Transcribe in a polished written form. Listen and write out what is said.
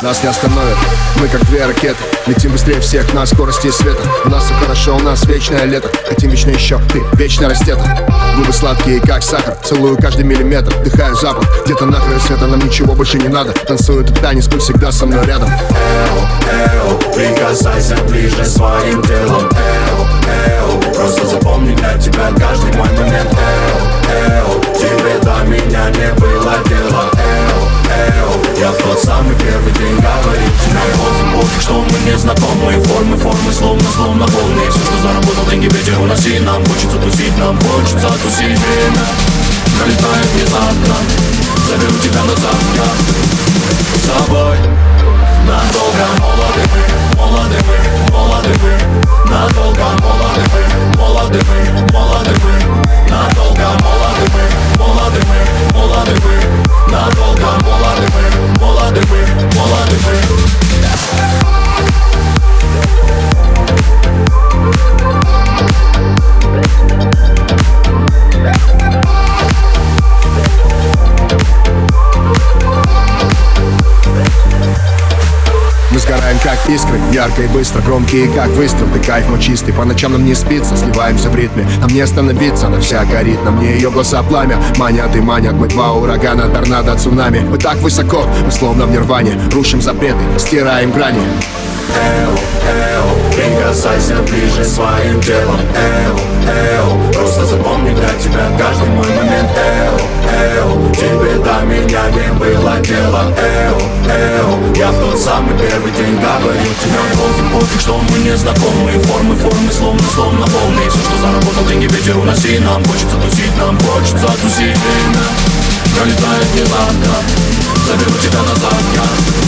нас не остановят. Мы как две ракеты, летим быстрее всех на скорости света. У нас все хорошо, у нас вечное лето. Хотим вечно еще, ты вечно растета. Губы сладкие, как сахар, целую каждый миллиметр. Вдыхаю запах, где-то на краю света. Нам ничего больше не надо. Танцую этот танец, пусть всегда со мной рядом. Прикасайся ближе своим телом. Просто запомни для тебя каждый мой момент. Тебе до меня не было дела. Я в тот самый первый день говорил тебе пофиг, что мы не знакомые. Формы, словно волны. Все, что заработал, деньги ветер уноси. Нам хочется тусить, нам хочется тусить. Время пролетает внезапно. Заберу тебя назад, я с собой. Надолго молоды мы, надолго молоды мы, надолго молоды мы, надолго молоды мы. Мы сгораем как искры, ярко и быстро, громкие как выстрел. Ты кайф мой чистый, по ночам нам не спится. Сливаемся в ритме, нам не остановиться. Она вся горит, на мне ее глаза пламя. Манят и манят, мы два урагана, торнадо, цунами. Мы так высоко, мы словно в нирване. Рушим запреты, стираем грани. Прикасайся ближе своим телом. Просто запомни для тебя каждый мой момент. Тебе до меня не было дела. Я в тот самый первый день говорил тебе пофиг, что мы не знакомые. Формы, словно волны. Все, что заработал, деньги ветер уноси. Нам хочется тусить, нам хочется тусить. Время пролетает внезапно. Заберу тебя назад, я